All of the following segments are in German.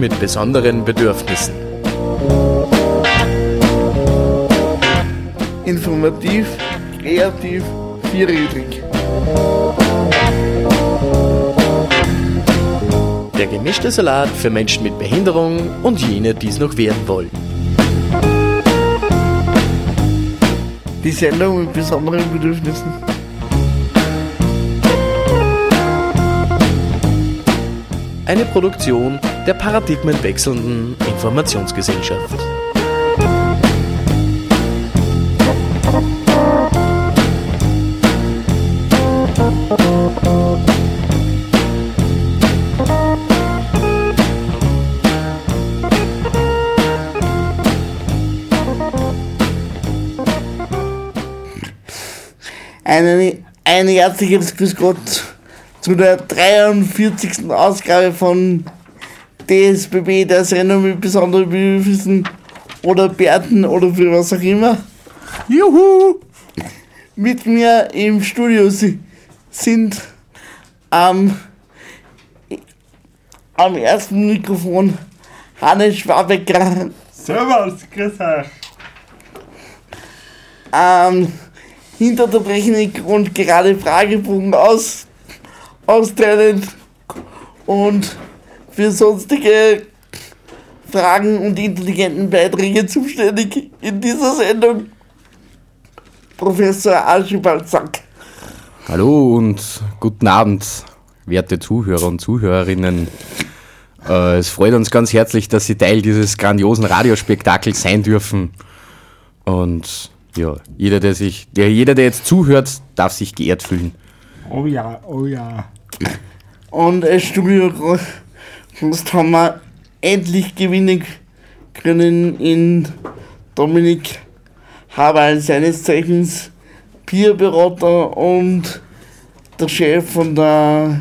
mit besonderen Bedürfnissen. Informativ, kreativ, vierrädrig. Der gemischte Salat für Menschen mit Behinderung und jene, die es noch werden wollen. Die Sendung mit besonderen Bedürfnissen. Eine Produktion der paradigmenwechselnden Informationsgesellschaft. Ein herzliches Grüß Gott zu der 43. Ausgabe von DSBB, der Sendung mit besonderen Bedürfnissen oder Bärten oder für was auch immer. Juhu! Mit mir im Studio sind am ersten Mikrofon Hannes Schwabecker. Servus, grüß euch. Hinter der Technik und gerade Fragebogen austeilen und für sonstige Fragen und intelligenten Beiträge zuständig in dieser Sendung Professor Archibald Zack. Hallo und guten Abend, werte Zuhörer und Zuhörerinnen. Es freut uns ganz herzlich, dass Sie Teil dieses grandiosen Radiospektakels sein dürfen. Und ja, jeder, der jetzt zuhört, darf sich geehrt fühlen. Oh ja, oh ja. Und als Studiogast haben wir endlich gewinnen können in Dominik Haberl, seines Zeichens Peerberater und der Chef von der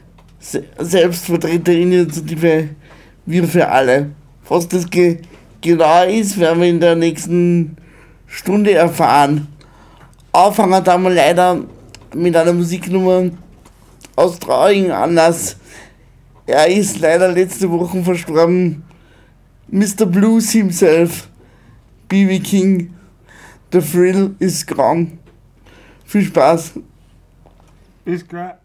Selbstvertreterinitiative Wir für alle. Was das genau ist, werden wir in der nächsten Stunde erfahren. Anfangen da wir leider mit einer Musiknummer aus traurigem Anlass. Er ist leider letzte Woche verstorben. Mr. Blues himself, B.B. King. The thrill is gone. Viel Spaß. Ist klar.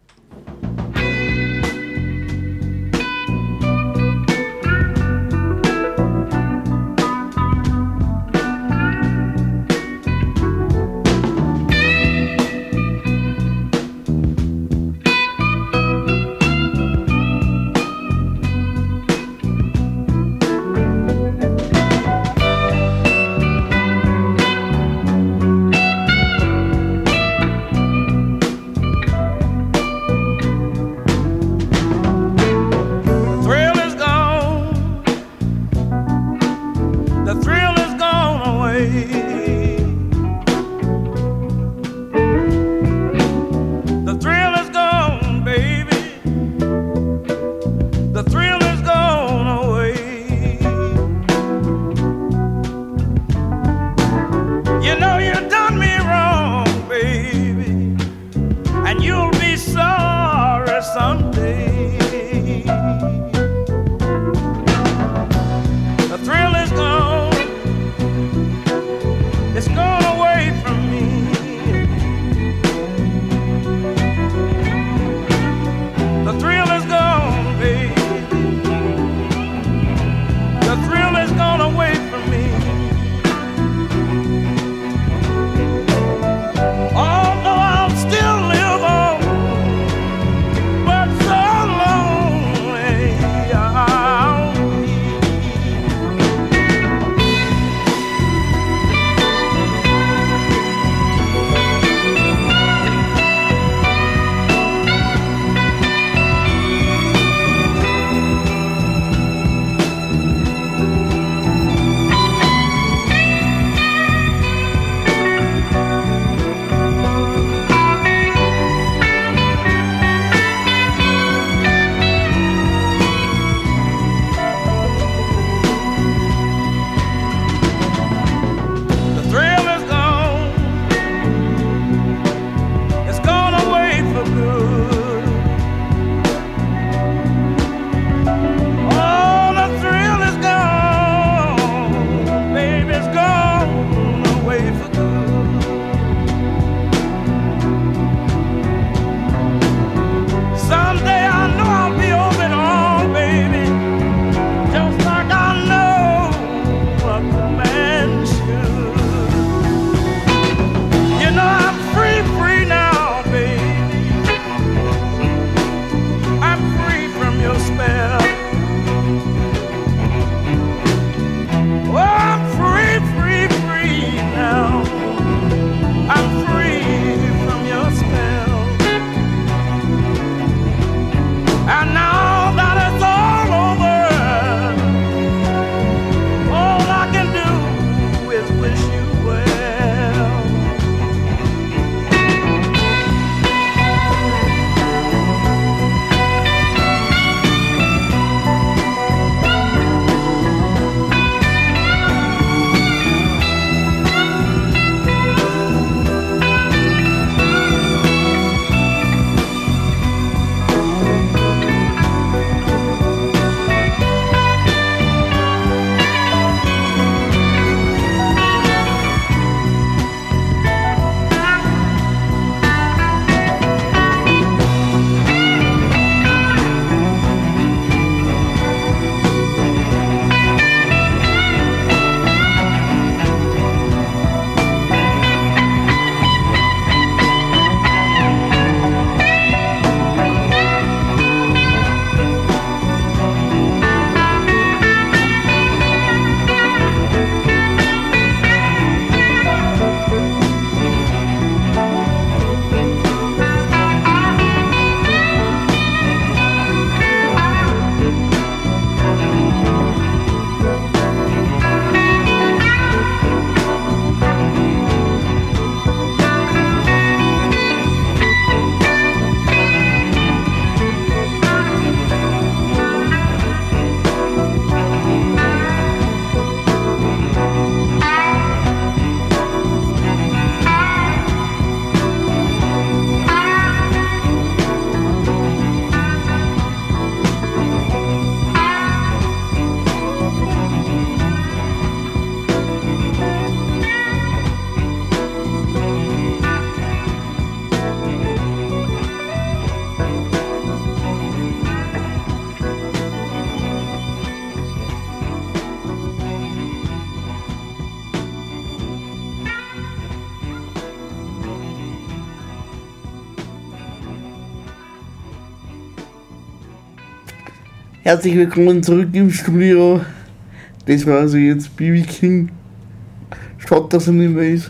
Herzlich willkommen zurück im Studio. Das war also jetzt BB King. Schade, dass er nicht mehr ist.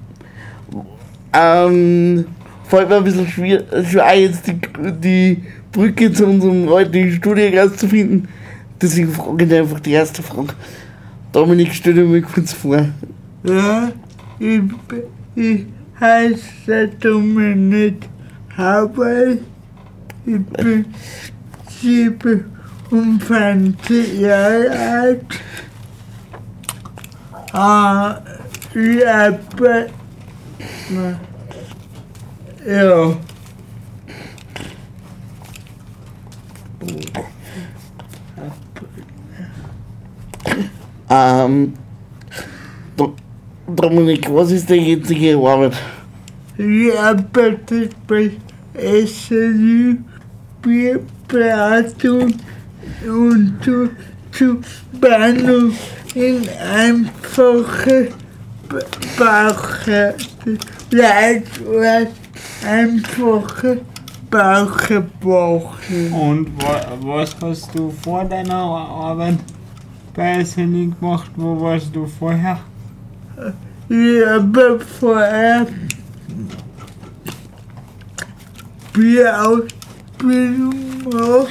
Fällt mir ein bisschen schwer jetzt die Brücke zu unserem heutigen Studiogast zu finden. Deswegen frage ich einfach die erste Frage. Dominik, stell dir mal kurz vor. Ja, ich heiße Dominik Haber. Ich bin 27 Jahre alt. Ich arbeite. Ja. Dominik, was ist deine jetzige Arbeit? Ich arbeite bei SLU, Beratung und zu Bahnhof in einfache Leitwort, einfache Bauchgebrauche. Und was hast du vor deiner Arbeit bei SLI gemacht? Wo warst du vorher? Ich habe vorher Bierausbildung gemacht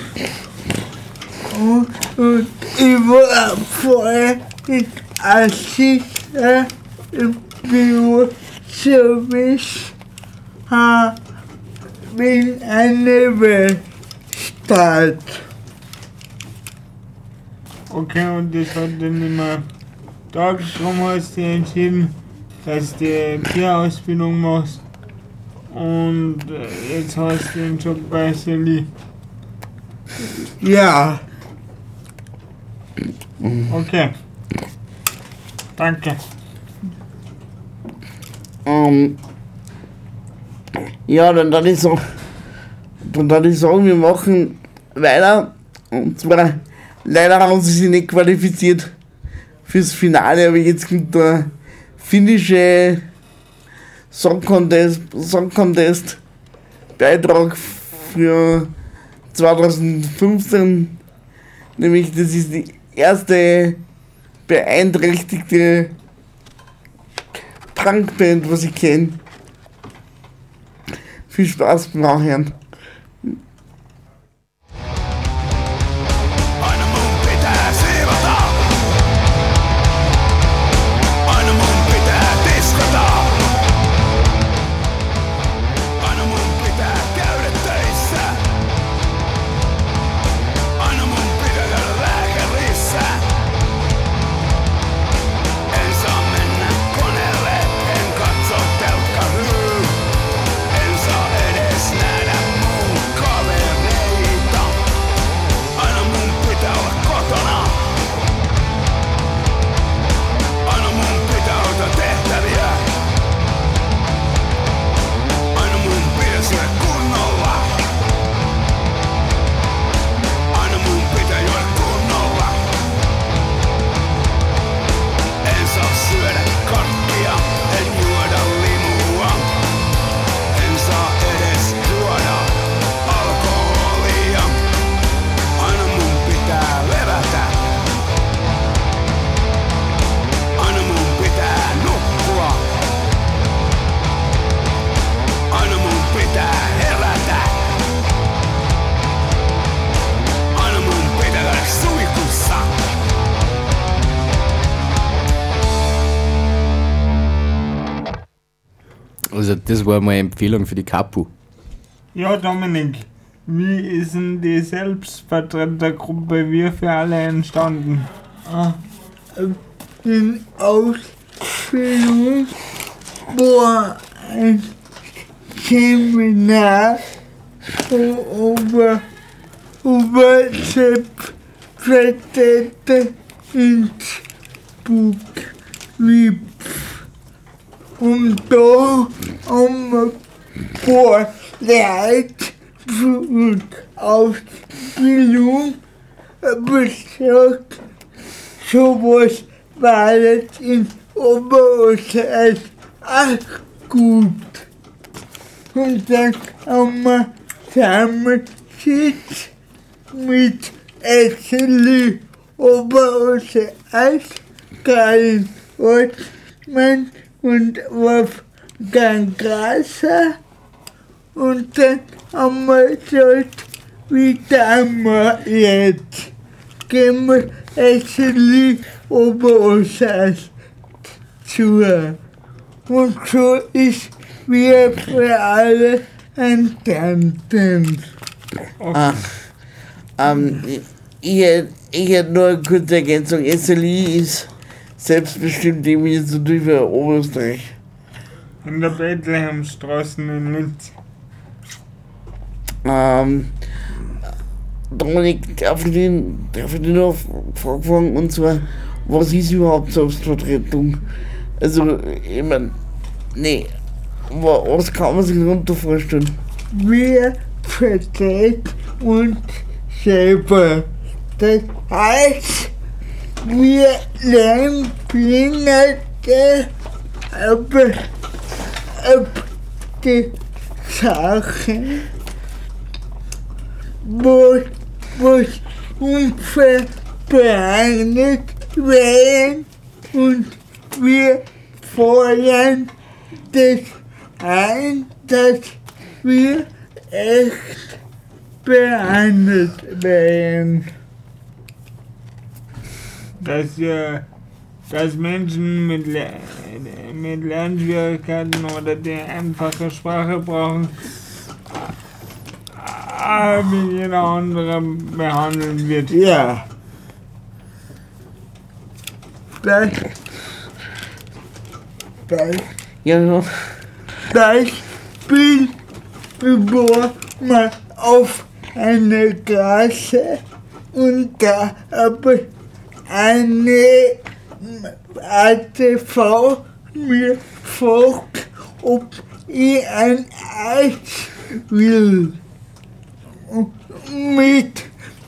und ich war vorher in Assistent im Büroservice, bin eine Werkstatt. Okay, und das hat dann immer darum hast du entschieden, dass du die Bierausbildung machst und jetzt hast du den Job bei SLI. Ja. Okay. Danke. Ja, dann würde ich sagen, wir machen weiter. Und zwar, leider haben sie sich nicht qualifiziert fürs Finale, aber jetzt kommt der finnische Song Contest Beitrag für 2015. Nämlich, das ist die erste beeinträchtigte Punkband, was ich kenne. Viel Spaß beim Nachhören. Also das war meine Empfehlung für die Kapu. Ja, Dominik, wie ist denn die Selbstvertretergruppe Wir für alle entstanden? In Ausbildung war ein Seminar über Selbstvertreter Innsbruck und da haben wir Vorleid für Ausbildung besorgt. Sowas war jetzt in Oberösterreich auch gut. Und dann haben wir Sammelsitz mit Esseli, Oberose Eis, Karl Ortmann und Wolfgang Grasser. Und dann haben wir gesagt, wie tun wir jetzt? Gehen wir Esseli, Oberose Eis zu. Und so ist wir für alle ein Tanten. Ich hätte nur eine kurze Ergänzung. Esseli ist selbstbestimmt irgendwie so durch Oberösterreich. In der Bethlehemstraße in Linz. Dominik, darf ich dich noch fragen, und zwar, was ist überhaupt Selbstvertretung? Also, ich meine, was kann man sich darunter vorstellen? Wir vertreten uns selber. Das heißt, wir lernen Blinderte über die Sachen, was unverbehandelt werden, und wir fordern das ein, dass wir echt behandelt werden. Dass Menschen mit Lernschwierigkeiten oder die einfache Sprache brauchen, wie jeder andere behandelt wird. Ja. Ja. Beispiel, bevor man auf eine Klasse und da aber eine ATV mir fragt, ob ich ein Eis will. Mit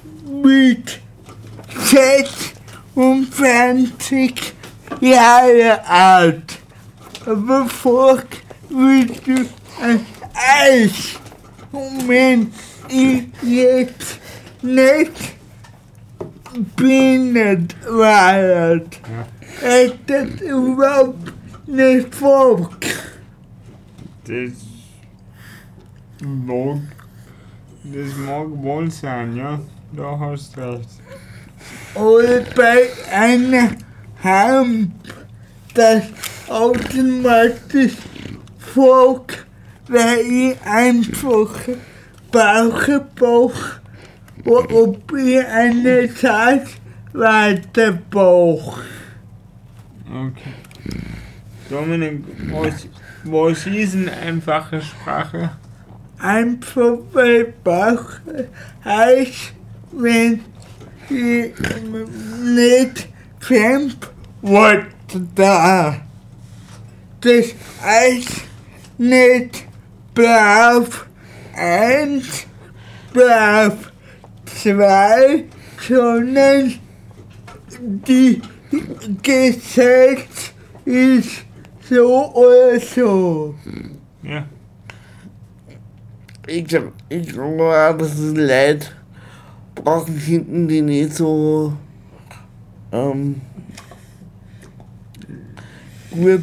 26 Jahre alt. Aber fragt, willst du ein Eis? Und wenn ich jetzt nicht behindert war, hätte das überhaupt nicht fragt. Das mag wohl sein, ja, da hast du recht. Oder bei einer Hand, das automatisch fragt, weil ich einfach brauche, ob ich eine Zeit weiter brauche. Okay. Dominik, was ist eine einfache Sprache? Einfach weil Sprache heißt, wenn ich nicht Fremdwort da. Das heißt nicht brav 1, brav 2, sondern die Gesetz ist so oder so. Ja. Ich glaube auch, dass es Leute brauchen hinten, die nicht so gut,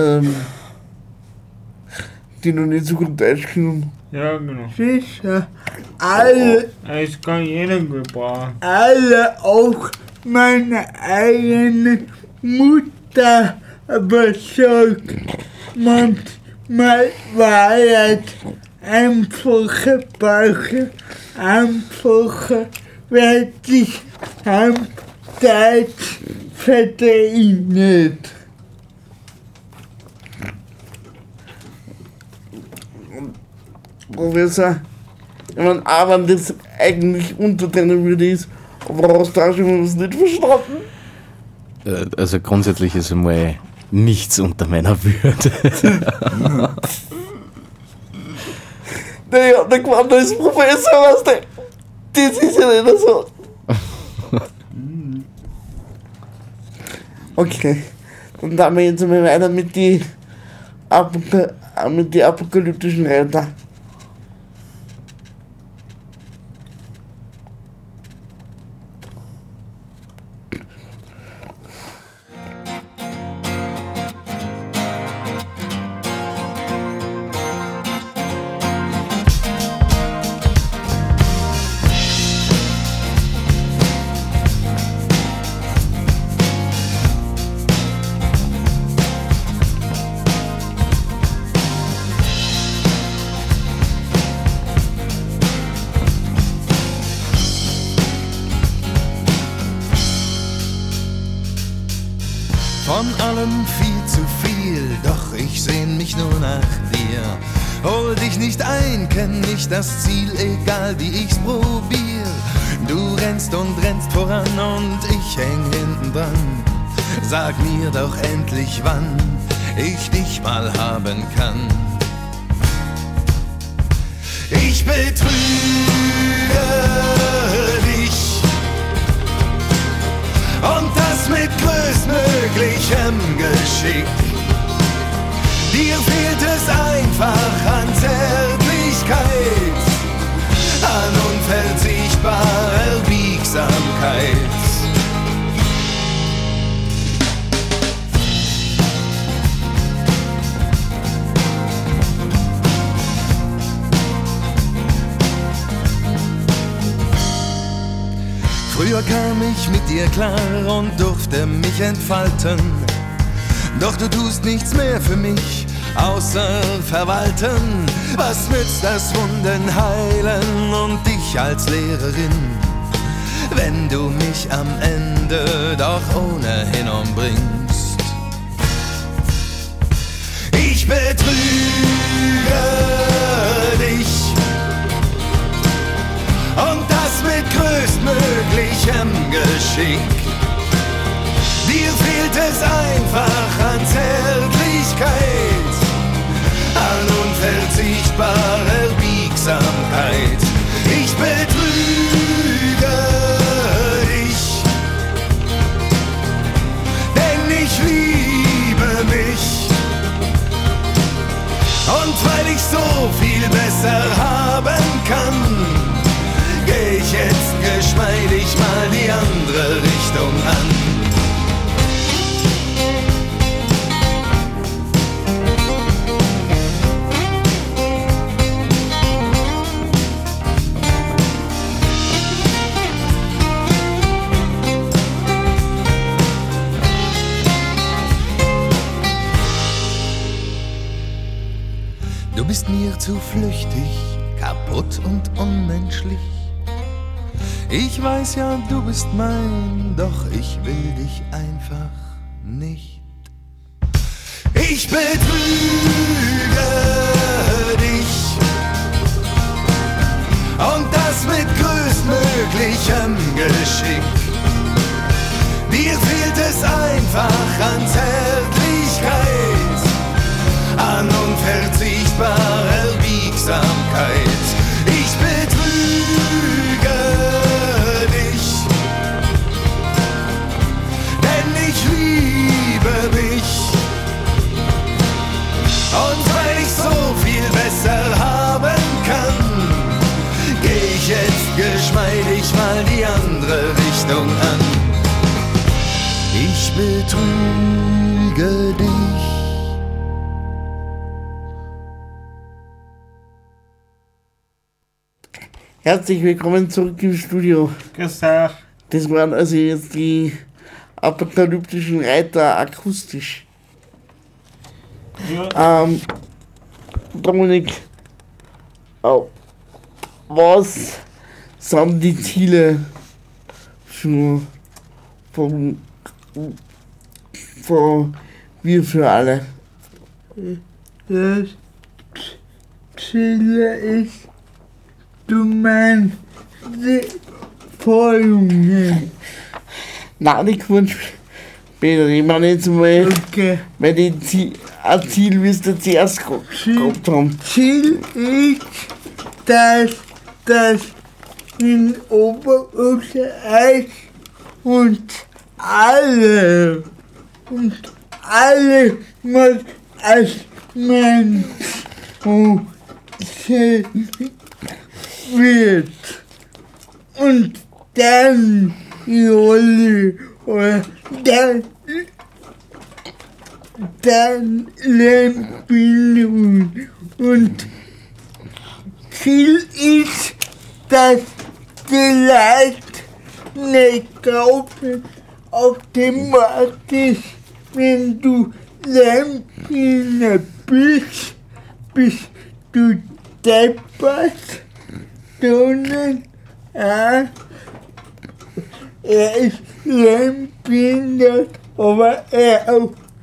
die noch nicht so gut Deutsch können. Ja, genau. Sicher. Alle, Es kann jeder gut brauchen. auch meine eigene Mutter, aber sagt, manchmal war es einfache Sprache, einfacher, weil ich Deutsch verstehe ich nicht. Professor, ich meine, auch wenn das eigentlich unter deiner Würde ist, aber hast du auch schon was nicht verstanden? Also grundsätzlich ist einmal nichts unter meiner Würde. Naja, der Quanto ist Professor, weißt du, das ist ja nicht so. Okay, dann tun wir jetzt mal weiter mit die apokalyptischen Reiter. allem viel zu viel, doch ich sehn mich nur nach dir. Hol dich nicht ein, kenn nicht das Ziel, egal wie ich's probier. Du rennst und rennst voran und ich häng hinten dran. Sag mir doch endlich, wann ich dich mal haben kann. Ich betrüge dich und das mit größtmöglichem Geschick. Dir fehlt es einfach an Zärtlichkeit, an unverzichtbarer Biegsamkeit. Früher kam ich mit dir klar und durfte mich entfalten. Doch du tust nichts mehr für mich, außer verwalten. Was nützt das Wunden heilen und dich als Lehrerin, wenn du mich am Ende doch ohnehin umbringst? Ich betrüge dich und das mit größtmöglichem Geschick. Dir fehlt es einfach an Zärtlichkeit, an unverzichtbarer Biegsamkeit. Ich betrüge dich, denn ich liebe mich. Und weil ich so viel besser haben kann, geh ich jetzt geschmeidig mal die andere Richtung an. Du bist mir zu flüchtig, kaputt und unmenschlich. Ich weiß ja, du bist mein, doch ich will dich einfach nicht. Ich betrüge dich und das mit größtmöglichem Geschick. Dir fehlt es einfach an Zärtlichkeit, an unverzichtbarer Biegsamkeit. Ich betrüge dich, denn ich liebe mich. Und weil ich so viel besser haben kann, geh ich jetzt geschmeidig mal die andere Richtung an. Ich betrüge dich. Herzlich willkommen zurück im Studio. Gesagt. Das waren also jetzt die apokalyptischen Reiter akustisch. Ja. Dominik, was sind die Ziele von Wir für alle? Das Ziel ist, du meinst die Folgen. Nein, die kommen später. Ich meine jetzt mal, Okay. weil ein Ziel wirst du zuerst gehabt haben. Ziel ist, dass das in Oberösterreich und alle was als Mensch wird. Und dann die Rolle oder dann Lernbildung und Ziel ist, dass die Leute nicht glauben, automatisch, wenn du Lernbildner bist du deppert, sondern er ist lernbehindert, aber er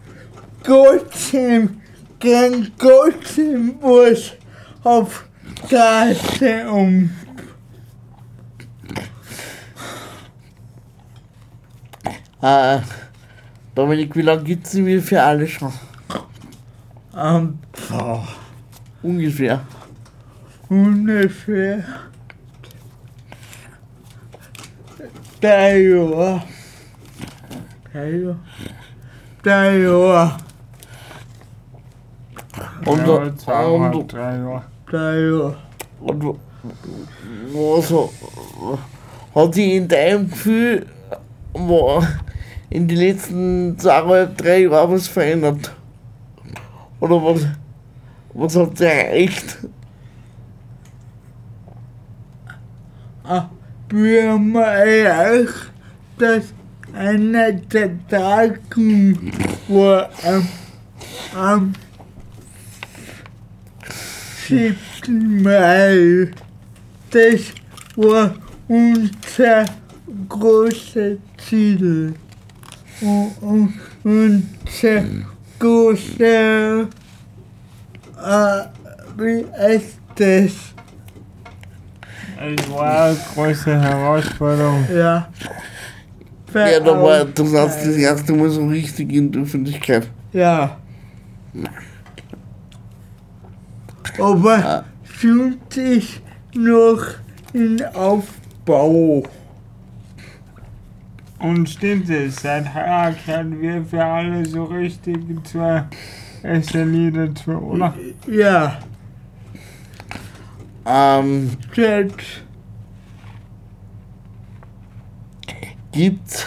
trotzdem was auf Straße um. Dominik, wie lange gibt's denn wir für alle schon? Ungefähr. Ungefähr 3 Jahre. 3 Jahre. Und was hat sich in deinem Gefühl in den letzten 2,5-3 Jahren was verändert? Oder was hat sich erreicht? Wir haben erreicht, dass einer der Tagen war am 7. Mai. Das war unser großes Ziel. Und unser großer, wie heißt das? Es war eine große Herausforderung. Ja. Ja, du sagst das erste Mal so richtig in der Öffentlichkeit. Ja. Aber Schuld ist noch in Aufbau. Und stimmt es, seit heuer kehren wir für alle so richtig zur SLI dazu, oder? Ja. Jetzt Gibt's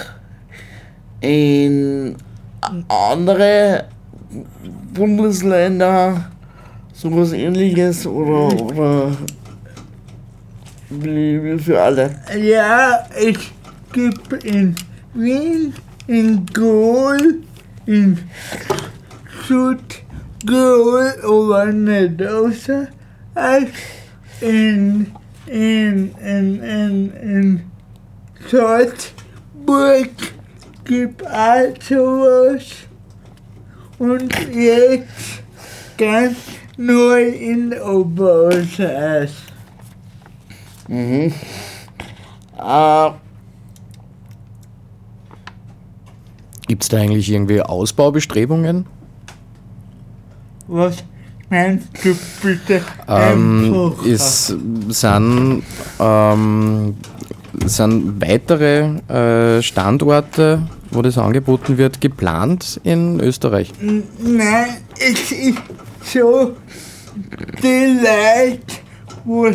in andere Bundesländer sowas ähnliches oder wie für alle? ja, es gibt in Wien, in Tirol, in Südtirol, aber nicht außer als in Salzburg gibt auch sowas. Und jetzt ganz neu in Oberösterreich. Gibt es da eigentlich irgendwie Ausbaubestrebungen? Was meinst du bitte? Sind weitere Standorte, wo das angeboten wird, geplant in Österreich? Nein, es ist so, die Leute,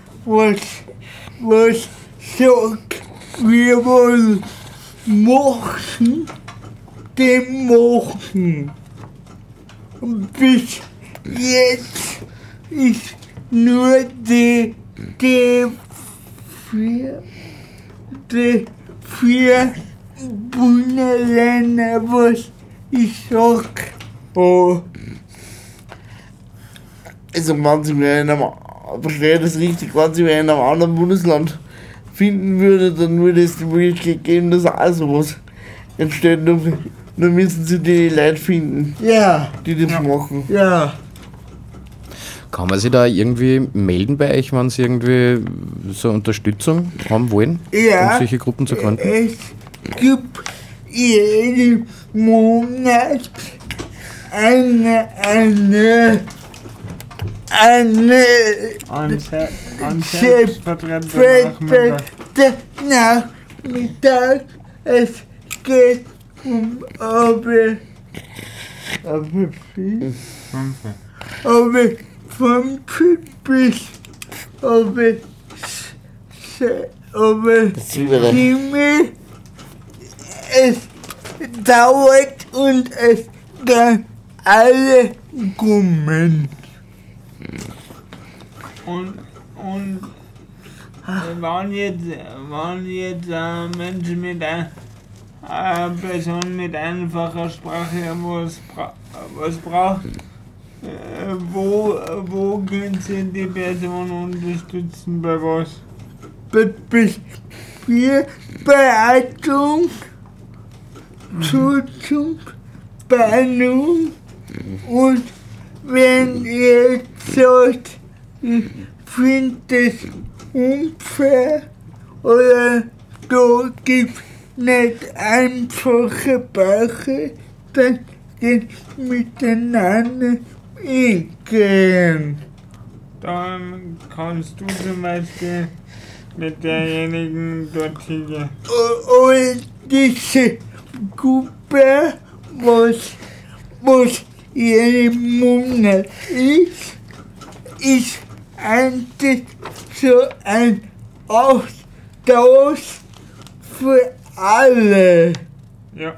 was sagt, wir wollen machen, die machen. Und bis jetzt ist nur die vier Bundesländer, was ich sag. Also wenn sie mir in einem, verstehe das richtig, wenn sie mir in einem anderen Bundesland finden würde, dann würde es die Möglichkeit geben, dass auch sowas entsteht. Nur müssen sie die Leute finden, Ja, die das machen. ja. Kann man sich da irgendwie melden bei euch, wenn sie irgendwie so Unterstützung haben wollen, Ja, um solche Gruppen zu gründen? es gibt jeden Monat eine Selbstvertretung. Nachmittag. Es geht aber 50 bis 7. Es dauert und es kann alle kommen. Und waren jetzt Menschen mit einer Person mit einfacher Sprache was braucht, wo können Sie die Person unterstützen, bei was? Bis für Beratung, Zuzug, Spannung. Und wenn ihr jetzt sagt, ich finde das unfair oder da gibt es nicht einfache Bache, dann geht miteinander gehen. Dann kannst du zum Beispiel mit derjenigen dort hingehen. Und diese Gruppe, was jeden Monat ist eigentlich so ein Austausch für alle. Ja.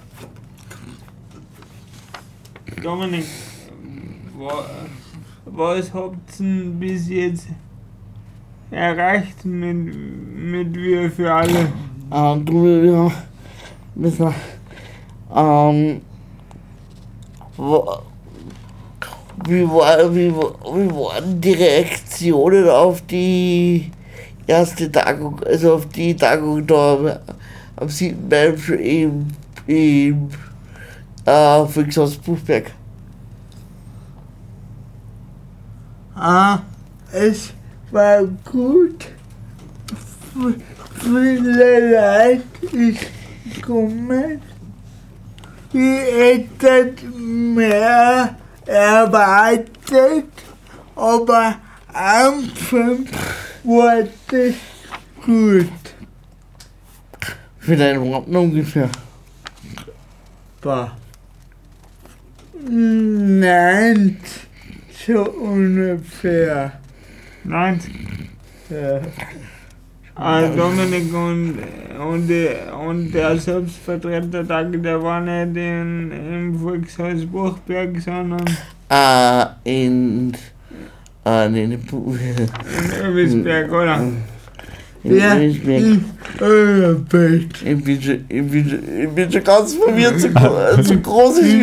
Dominik, was habt ihr bis jetzt erreicht mit Wir für alle? Du, wir wie waren die Reaktionen auf die erste Tagung, also auf die Tagung da am 7. Mai im Volkshaus Buchberg? Es war gut. Viele Leute ist gekommen. Ich hätte mehr erwartet, aber Anfang war das gut. Für deine Worte ungefähr. Nein, so ungefähr. Nein. Ja. Dominik und der Selbstvertretertag, der war nicht im Volkshaus Buchberg, sondern In Övisberg, oder? Ja, Ich bin schon ganz verwirrt, so groß ist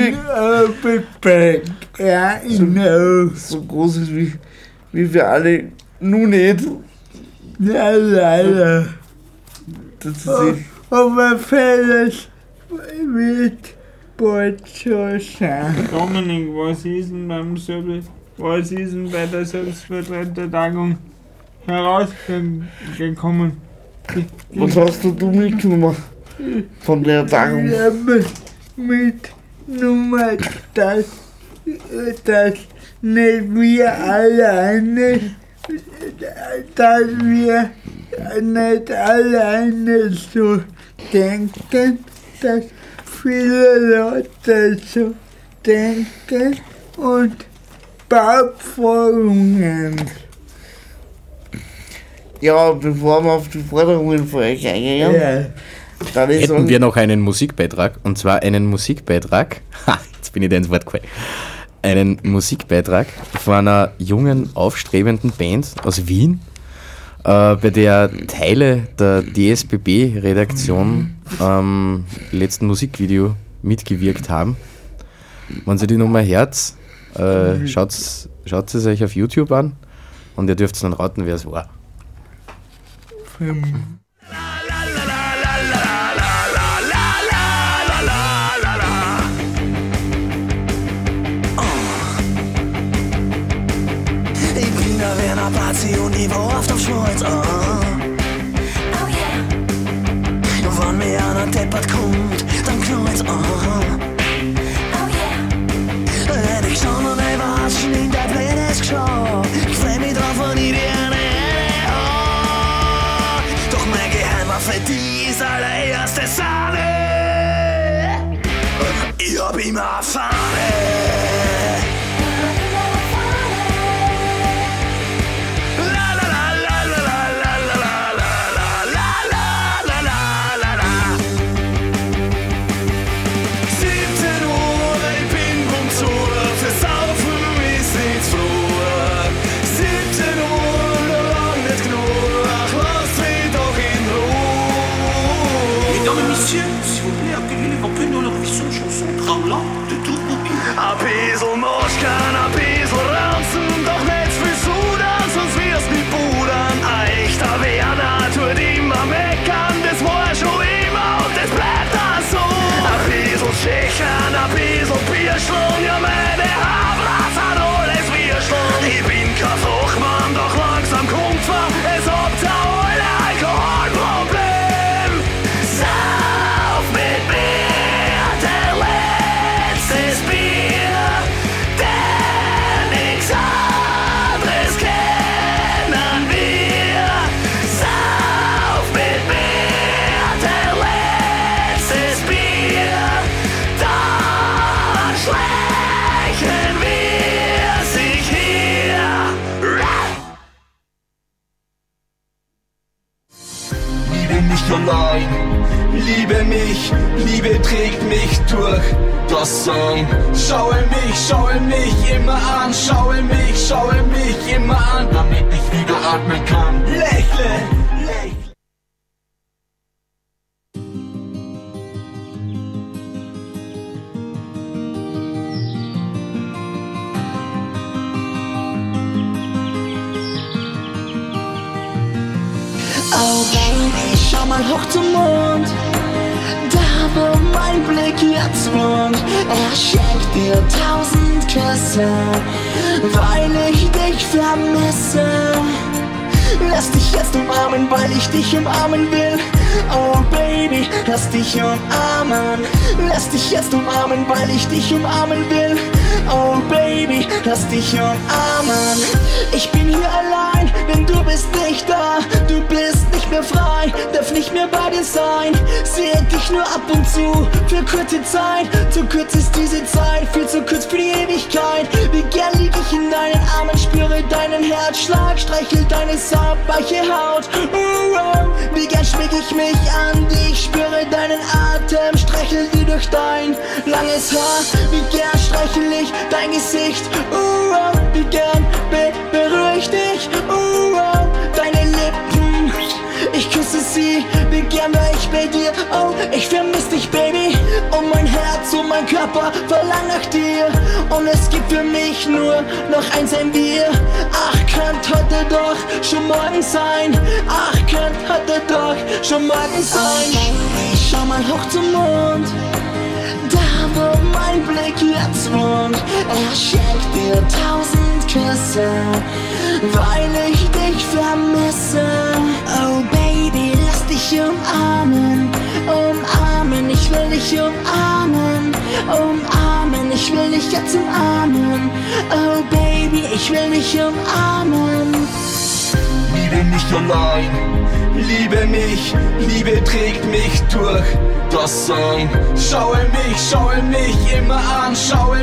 ja, genau. so groß ist wie wir alle nun nicht. Ja, leider. Das ist Aber vielleicht wird bald schon sein. Dominik, was ist denn bei der Selbstvertretertagung herausgekommen? was hast du mitgenommen von der Tagung? Ja, mitgenommen, dass nicht wir alleine, dass wir nicht alleine so denken, dass viele Leute so denken und Bauforderungen. Ja, bevor wir auf die Forderungen von euch eingehen, dann ist Hätten wir noch einen Musikbeitrag, und zwar einen Musikbeitrag, jetzt bin ich da ins Wort gefallen, einen Musikbeitrag von einer jungen, aufstrebenden Band aus Wien, bei der Teile der DSBB-Redaktion am letzten Musikvideo mitgewirkt haben. Wenn ihr die Nummer hört, schaut es euch auf YouTube an und ihr dürft dann raten, wer es war. Ich bin da wie eine Party und ich war oft auf Schmolz. Oh yeah. Wenn mir einer deppert kommt, dann knallt's. Oh yeah. Hätte ich schon noch nicht waschen in der Pläne geschaut. Ich freu mich drauf, wenn ich dir eine doch mein Geheimwaffe, die ist allererste Sahne. Ich hab immer Fahne. S'il vous plaît, accueillez les vampires de leur mission chanson tremblant de tout. liebe mich, Liebe trägt mich durch das Sein. Schaue mich immer an, schaue mich immer an, damit ich wieder atmen kann. Lächle, lächle. Oh Baby, schau mal hoch zum Mond, da wo mein Blick jetzt wohnt. Er schenkt dir 1000 Küsse, weil ich dich vermisse. Lass dich jetzt umarmen, weil ich dich umarmen will. Oh Baby, lass dich umarmen. Lass dich jetzt umarmen, weil ich dich umarmen will. Oh Baby, lass dich umarmen. Ich bin hier allein, denn du bist nicht da. Du bist nicht mehr frei, darf nicht mehr bei dir sein. Sehe dich nur ab und zu, für kurze Zeit. Zu kurz ist diese Zeit, viel zu kurz für die Ewigkeit. Wie gern lieg ich in deinen Armen, spüre deinen Herzschlag, streichel deine sauweiche Haut. Wie gern schmieg ich mich an dich, spüre deinen Atem, streichel dir durch dein langes Haar. Wie gern streichel ich dein Gesicht, wie gern berühre ich dich, deine Lippen, ich küsse sie, wie gern war ich bei dir, oh, ich vermiss dich, Baby, und mein Herz und mein Körper verlangen nach dir, und es gibt für mich nur noch ein Wir. Ach, könnte heute doch schon morgen sein, ach, könnte heute doch schon morgen sein. Ich schau mal hoch zum Mond, da wo mein Blick jetzt wohnt. Er schenkt dir 1000 Küsse, weil ich dich vermisse. Oh Baby, lass dich umarmen, umarmen, ich will dich umarmen, umarmen, ich will dich jetzt umarmen. Oh Baby, ich will dich umarmen. Liebe mich allein, liebe mich, Liebe trägt mich durch das Sein. Schaue mich immer an, schaue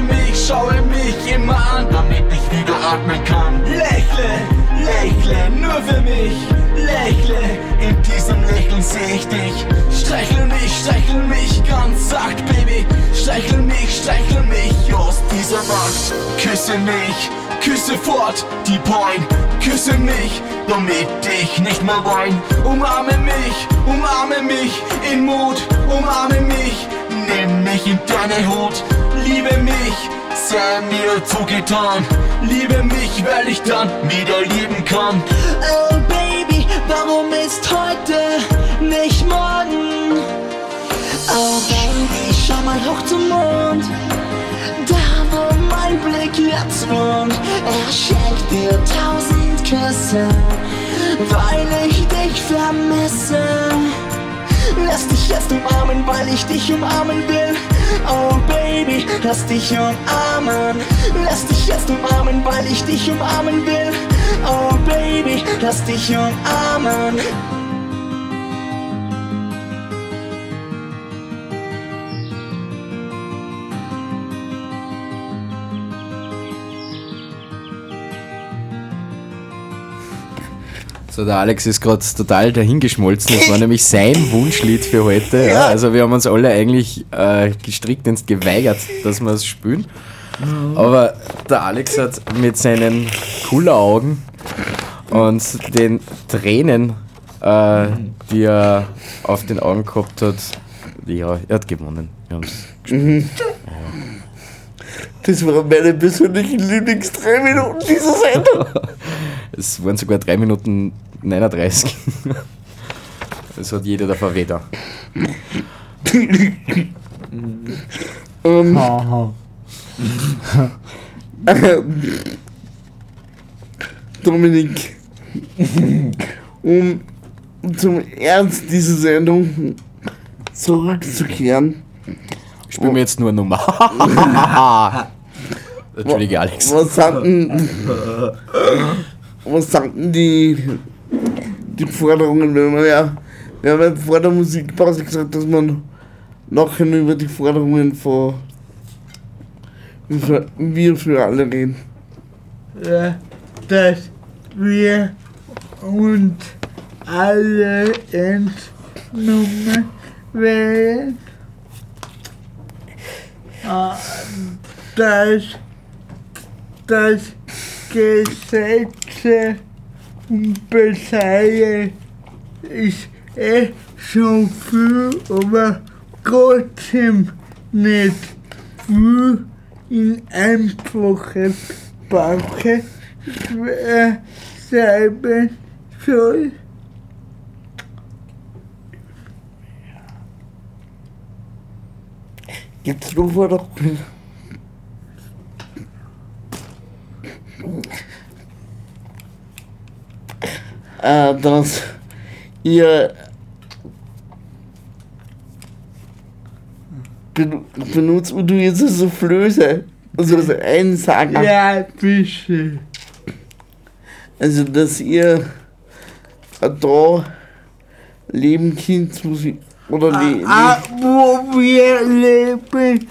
mich immer an, damit ich wieder atmen kann. Lächle, lächle, nur für mich, lächle, in diesem Lächeln seh ich dich. Streichel mich ganz sacht, Baby, streichel mich aus dieser Nacht. Küsse mich, küsse fort die Pein, küsse mich, damit ich nicht mehr wein. Umarme mich in Mut, umarme mich, nimm mich in deine Hut. Liebe mich, sei mir zugetan, liebe mich, weil ich dann wieder lieben kann. Oh Baby, warum ist heute nicht morgen? Oh Baby, schau mal hoch zum Mond, da wo mein Blick jetzt wohnt. Er schenkt dir 1000 Küsse, weil ich dich vermisse. Lass dich jetzt umarmen, weil ich dich umarmen will. Oh Baby, lass dich umarmen. Lass dich jetzt umarmen, weil ich dich umarmen will. Oh Baby, lass dich umarmen. So, der Alex ist gerade total dahingeschmolzen. Das war nämlich sein Wunschlied für heute. Ja, also wir haben uns alle eigentlich gestricktens geweigert, dass wir es spielen. Aber der Alex hat mit seinen Kulleraugen und den Tränen, die er auf den Augen gehabt hat, ja, er hat gewonnen. Wir haben's gespielt. Das waren meine persönlichen Lieblings 3 Minuten dieser Sendung. Es waren sogar 3 Minuten 39. Das hat jeder der Verräter. Dominik, um zum Ernst dieser Sendung zurückzukehren. Spielen wir jetzt nur Nummer. Entschuldige, Alex. Was sagten die Forderungen? Wir haben ja vor der Musikpause gesagt, dass man nachher über die Forderungen von Wir für alle reden. Ja, dass wir uns alle entnommen wählen, dass Gesetze beseitigen ist schon viel, aber trotzdem nicht viel in einfache Sprache schreiben soll. Jetzt rufen doch. Dass ihr benutzt und du jetzt so Flöße, also einen Sagen. Ja, bitte. Also, dass ihr da leben könnt, oder wo wir leben,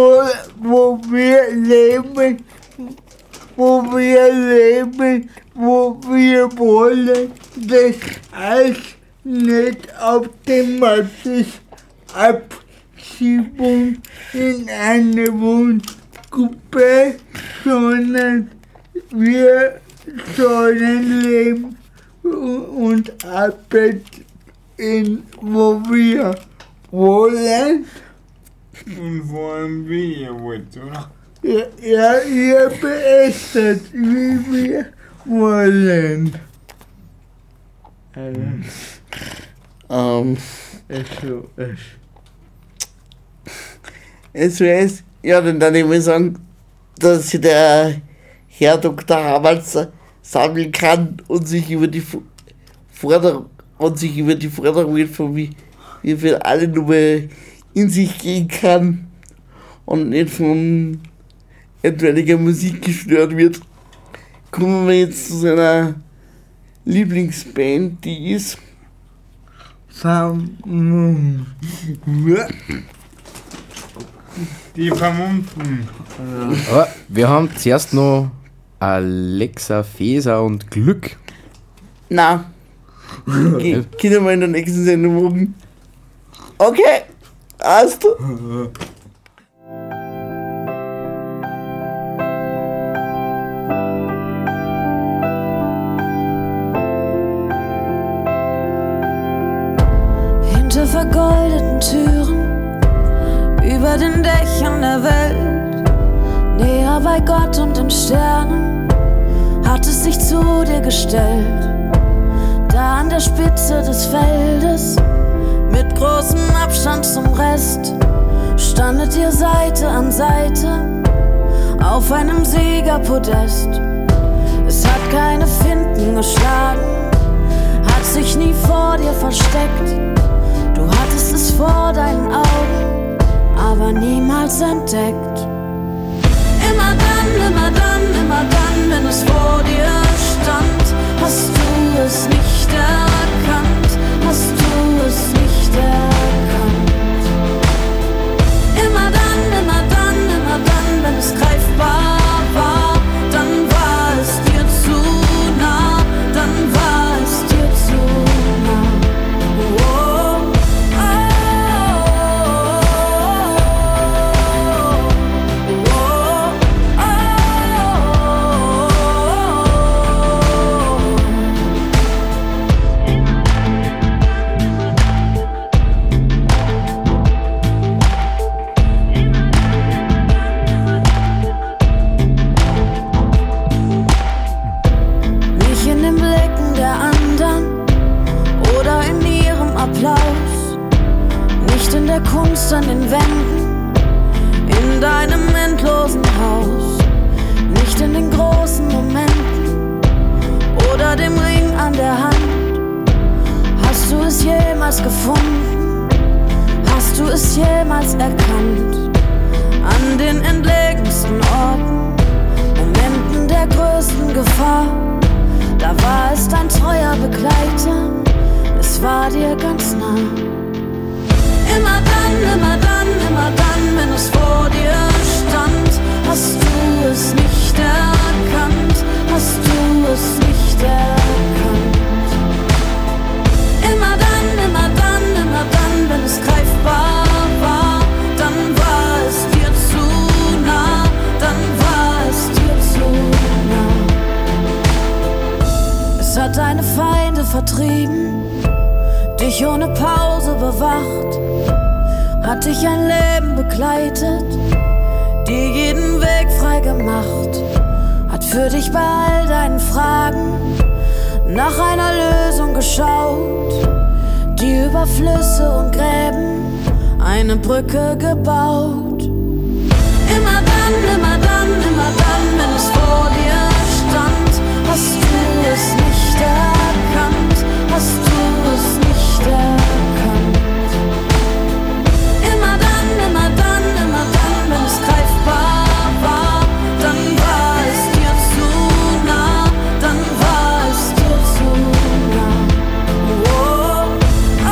wo wir wollen, das alles nicht automatisch Abschiebung in eine Wohngruppe, sondern wir sollen leben und arbeiten, wo wir wollen. Und vor allem wie ihr wollt, oder? Ja, ihr beestet, wie wir wollen. Es heißt, ja, dann ich mal sagen, dass sich der Herr Dr. Haberts sammeln kann und sich über die Forderung von wie viel alle nur in sich gehen kann und nicht von etwaiger Musik gestört wird. Kommen wir jetzt zu seiner Lieblingsband, die ist Die Vermummten. Aber wir haben zuerst noch Alexa Feser und Glück. Na, können wir in der nächsten Sendung machen. Okay, hast du? Hinter vergoldeten Türen, über den Dächern der Welt, näher bei Gott und den Sternen, hat es sich zu dir gestellt. Da an der Spitze des Feldes, mit großem Abstand zum Rest, standet ihr Seite an Seite auf einem Siegerpodest. Es hat keine Finten geschlagen, hat sich nie vor dir versteckt. Du hattest es vor deinen Augen, aber niemals entdeckt. Immer dann, wenn es vor dir stand, hast du es nicht erkannt, hast du es nicht erkannt. Immer dann, wenn es greifbar war, dann war es dir zu nah, dann war es dir zu nah. Oh, oh, oh, oh, nicht in den Blicken der anderen oder in ihrem Applaus, nicht in der Kunst an den Wänden, in deinem endlosen Haus, nicht in den großen Momenten oder dem Ring an der Hand. Hast du es jemals gefunden? Hast du es jemals erkannt? An den entlegensten Orten, Momenten der größten Gefahr, da war es dein treuer Begleiter, es war dir ganz nah. Immer dann, wenn es vor dir stand, hast du es nicht erkannt, hast du es nicht erkannt. Immer dann, wenn es greifbar deine Feinde vertrieben, dich ohne Pause bewacht, hat dich ein Leben begleitet, dir jeden Weg frei gemacht, hat für dich bei all deinen Fragen nach einer Lösung geschaut, die über Flüsse und Gräben eine Brücke gebaut. Immer dann, wenn es vor dir stand, hast du es nicht erkannt, hast du es nicht erkannt. Immer dann, wenn es greifbar war, dann war es dir zu nah, dann war es dir zu nah. Oh, oh,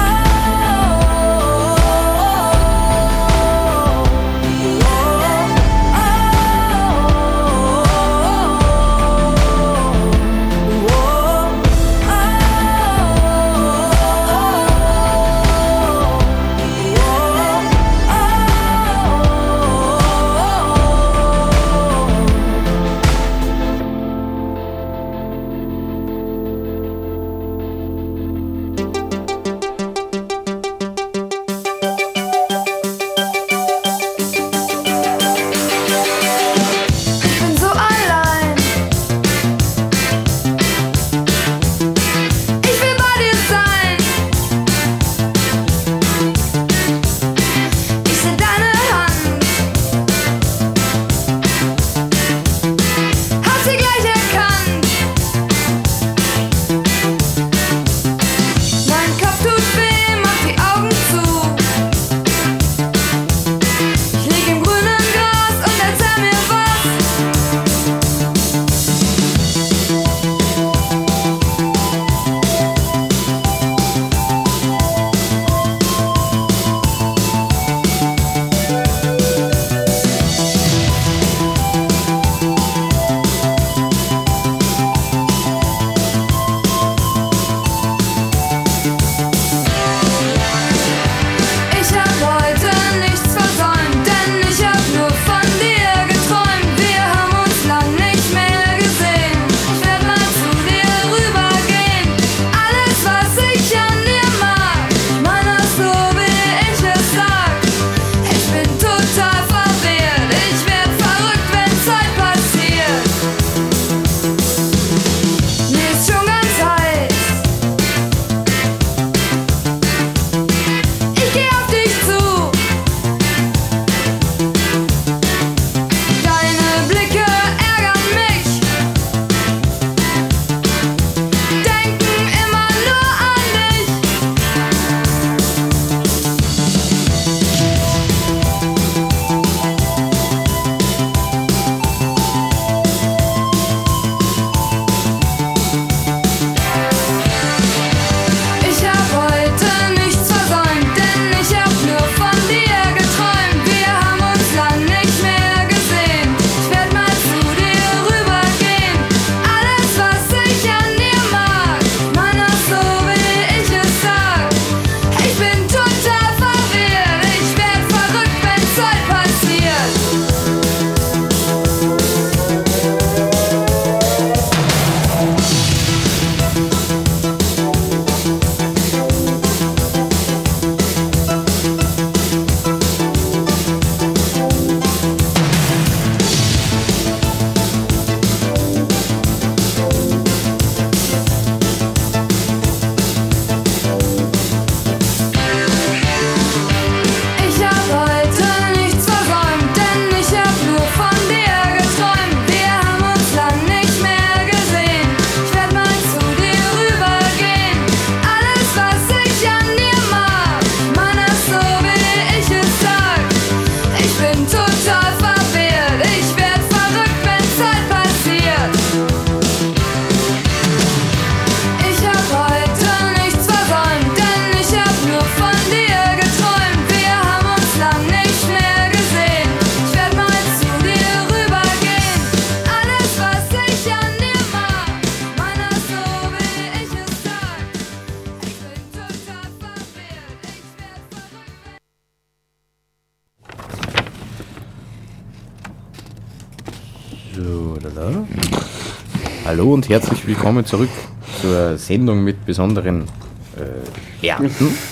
Hallo und herzlich willkommen zurück zur Sendung mit besonderen Werten.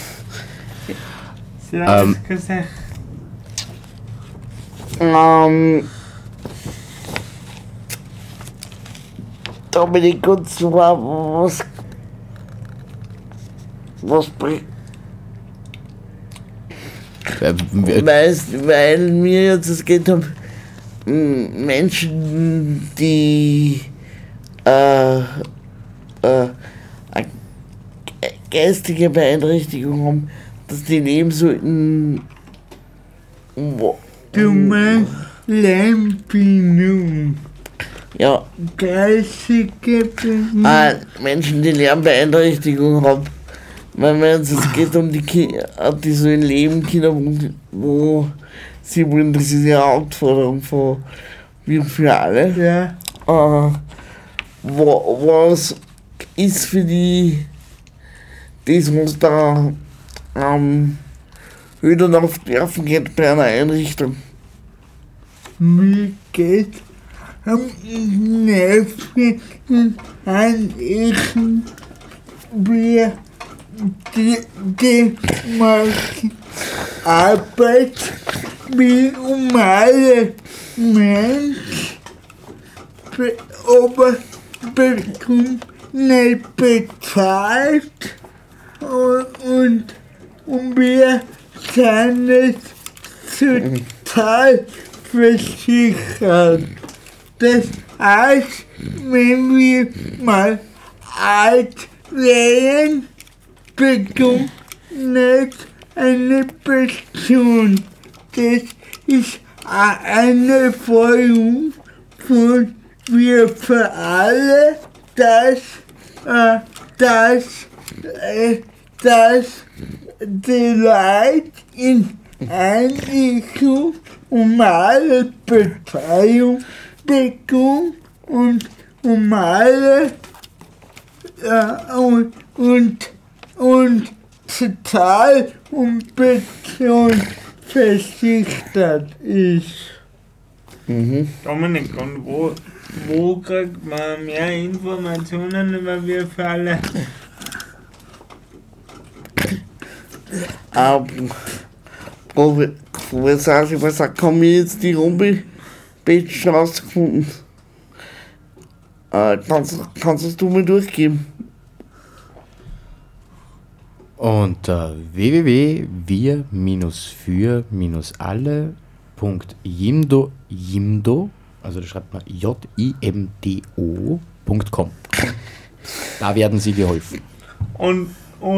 Dominik, und zwar, was bringt? Weil mir jetzt es geht um Menschen, die geistige Beeinträchtigung haben, dass die leben sollten. Du meinst Lernbindung. Ja. Geistige Menschen, die Lernbeeinträchtigung haben. Weil es geht um die Kinder, die so ein Leben, Kinder, wo sie wollen, das ist ja eine Herausforderung von wir für alle. Ja. Was ist für die, das was da wieder auf die Nerven geht bei einer Einrichtung? Mir geht am Nerven Einrichtung, wir die machen Arbeit wie normale Mensch, aber bekommt nicht bezahlt und wir sind nicht total versichert. Das heißt, wenn wir mal alt werden, bekommt nicht eine Pension. Das ist eine Forderung von wir für alle, dass die Leute in Einrichtung normale Betreuung bekommen und normale und Sozial- und Pensionsversichert ist. Dominik, und wo kriegt man mehr Informationen über wir für alle? Professor, was haben wir jetzt die Homepage rausgefunden? Kannst du mir durchgeben? Unter www.wir-für-alle.jimdo, also da schreibt man jimdo.com. Da werden Sie geholfen. Und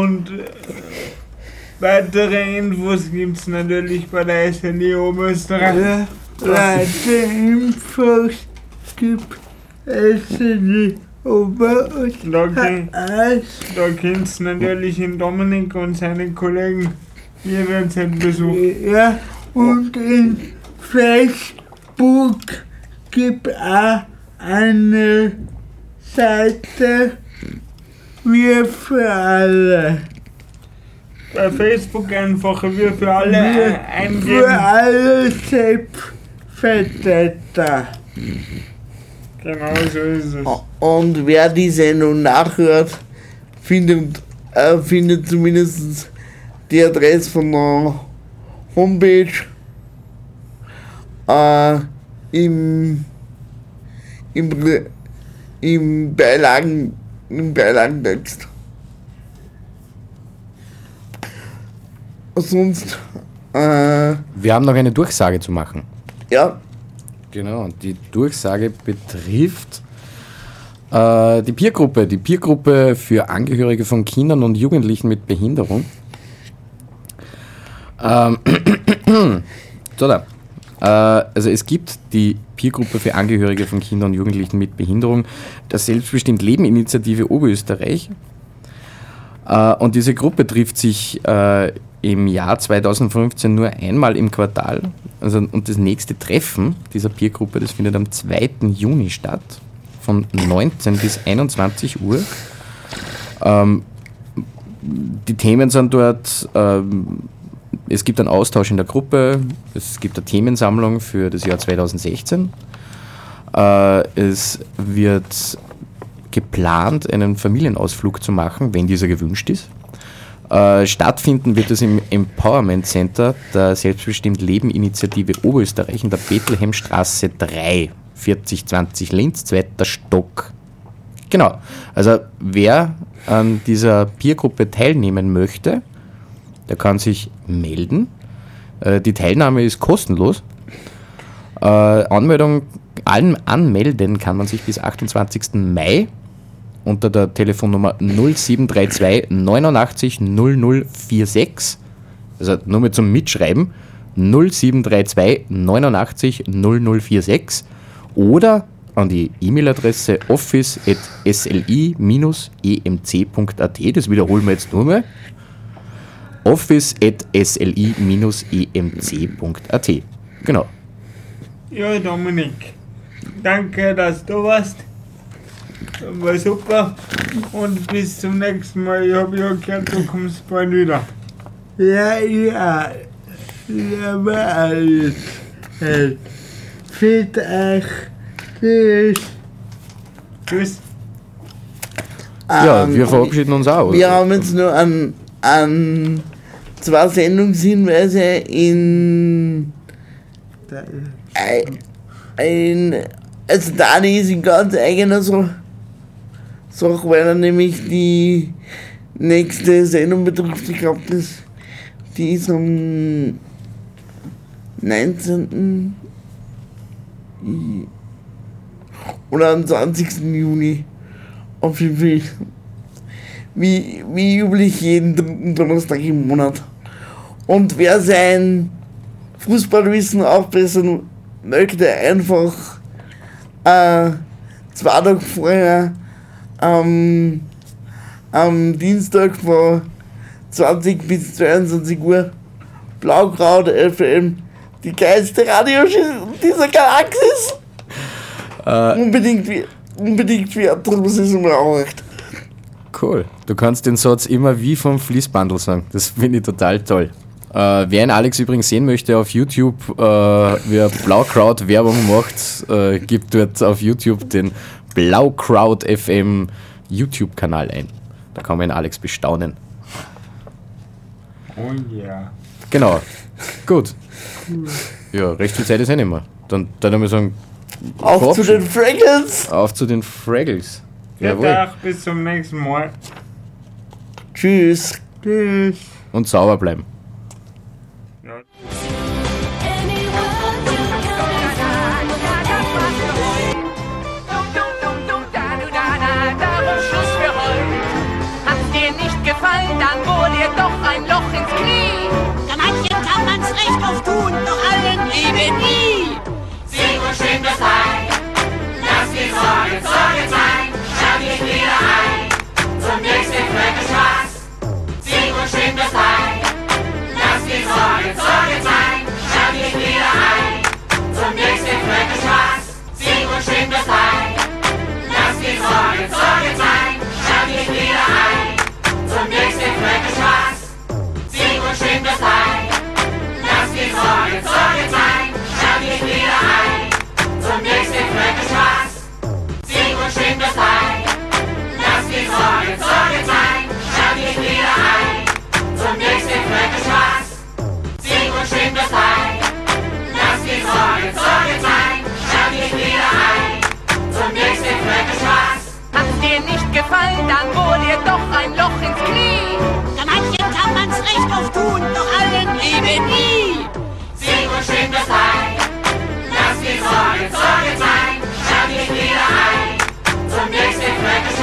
weitere Infos gibt es natürlich bei der SNI Oberösterreich. Weitere Infos gibt SNI Oberösterreich. Da könnt ihr natürlich den Dominik und seine Kollegen jederzeit besuchen. Ja, und in Facebook gibt auch eine Seite Wir für alle. Bei Facebook einfach Wir für alle eingeben. Für alle Selbstvertreter. Genau so ist es. Und wer die Sendung nachhört, findet zumindest die Adresse von der Homepage im Beilagentext. Sonst wir haben noch eine Durchsage zu machen. Ja. Genau, und die Durchsage betrifft die Peergruppe für Angehörige von Kindern und Jugendlichen mit Behinderung. Also es gibt die Peergruppe für Angehörige von Kindern und Jugendlichen mit Behinderung der Selbstbestimmt Leben Initiative Oberösterreich. Und diese Gruppe trifft sich im Jahr 2015 nur einmal im Quartal. Also, und das nächste Treffen dieser Peergruppe, das findet am 2. Juni statt, von 19 bis 21 Uhr. Die Themen sind dort, es gibt einen Austausch in der Gruppe, es gibt eine Themensammlung für das Jahr 2016. Es wird geplant, einen Familienausflug zu machen, wenn dieser gewünscht ist. Stattfinden wird es im Empowerment Center der Selbstbestimmt Leben Initiative Oberösterreich in der Bethlehemstraße 3, 4020 Linz, 2. Stock. Genau, also wer an dieser Peergruppe teilnehmen möchte, der kann sich melden. Die Teilnahme ist kostenlos. Anmelden kann man sich bis 28. Mai unter der Telefonnummer 0732 89 0046, also nur mal zum Mitschreiben, 0732 89 0046 oder an die E-Mail-Adresse office@sli-emc.at, das wiederholen wir jetzt nur mal, office@sli-emc.at. Genau. Ja, Dominik, danke, dass du warst. War super. Und bis zum nächsten Mal. Ich habe ja gehört, du kommst bald wieder. Ja, war alles. Fit euch. Tschüss. Tschüss. Ja, wir verabschieden uns auch. Wir haben jetzt nur an 2 Sendungshinweise in also Dani ist in ganz eigener Sache, weil er nämlich die nächste Sendung betrifft. Ich glaube, die ist am 19. oder am 20. Juni. Auf jeden Fall. Wie üblich jeden 3. Donnerstag im Monat. Und wer sein Fußballwissen aufbessern möchte, einfach 2 Tage vorher am Dienstag von 20 bis 22 Uhr Blaukraut FM, die geilste Radioshow dieser Galaxis. Unbedingt werden, das ist mir auch recht. Cool. Du kannst den Satz immer wie vom Fließbandel sagen. Das finde ich total toll. Wer ihn Alex übrigens sehen möchte auf YouTube, wer Blaukraut Werbung macht, gibt dort auf YouTube den Blaukraut FM YouTube-Kanal ein. Da kann man ihn Alex bestaunen. Oh ja. Genau. Gut. Ja, recht viel Zeit ist nicht mehr. Dann würde ich sagen, auf zu den Fraggles! Auf zu den Fraggles. Ja, bis zum nächsten Mal. Tschüss. Tschüss. Und sauber bleiben. Dann bohr dir doch ein Loch ins Knie. Ja, manchen kann man's recht oft tun, doch allen eben nie. Sing und schön befreit, lass die Sorgen sein, schau dich wieder ein, zum nächsten Fröckelspaß. Sing und schön befreit, lass die Sorgen sein, schau dich wieder ein, zum nächsten Fröckelspaß. Sing und schön befreit, lass die Sorgen sein, schau dich wieder ein. Zum nächsten Fröckelspaß. Sing und schön befreit. Lass die Sorgen sein. Schau dich wieder ein. Zum nächsten Fröckelspaß. Sing und schön befreit. Lass die Sorgen sein. Schau dich wieder ein. Zum nächsten Fröckelspaß. Sing und schön befreit. Lass die Sorgen sein. Schau dich wieder ein. Zum nächsten Fröckelspaß. Hat's dir nicht gefallen, dann bohr dir doch ein Loch ins Knie. Ja, manchen kann man's recht oft tun, doch allen eben nie. Sing und schön befreit, lass die Sorgen sein, schau dich wieder ein, zum nächsten Fröckelspaß.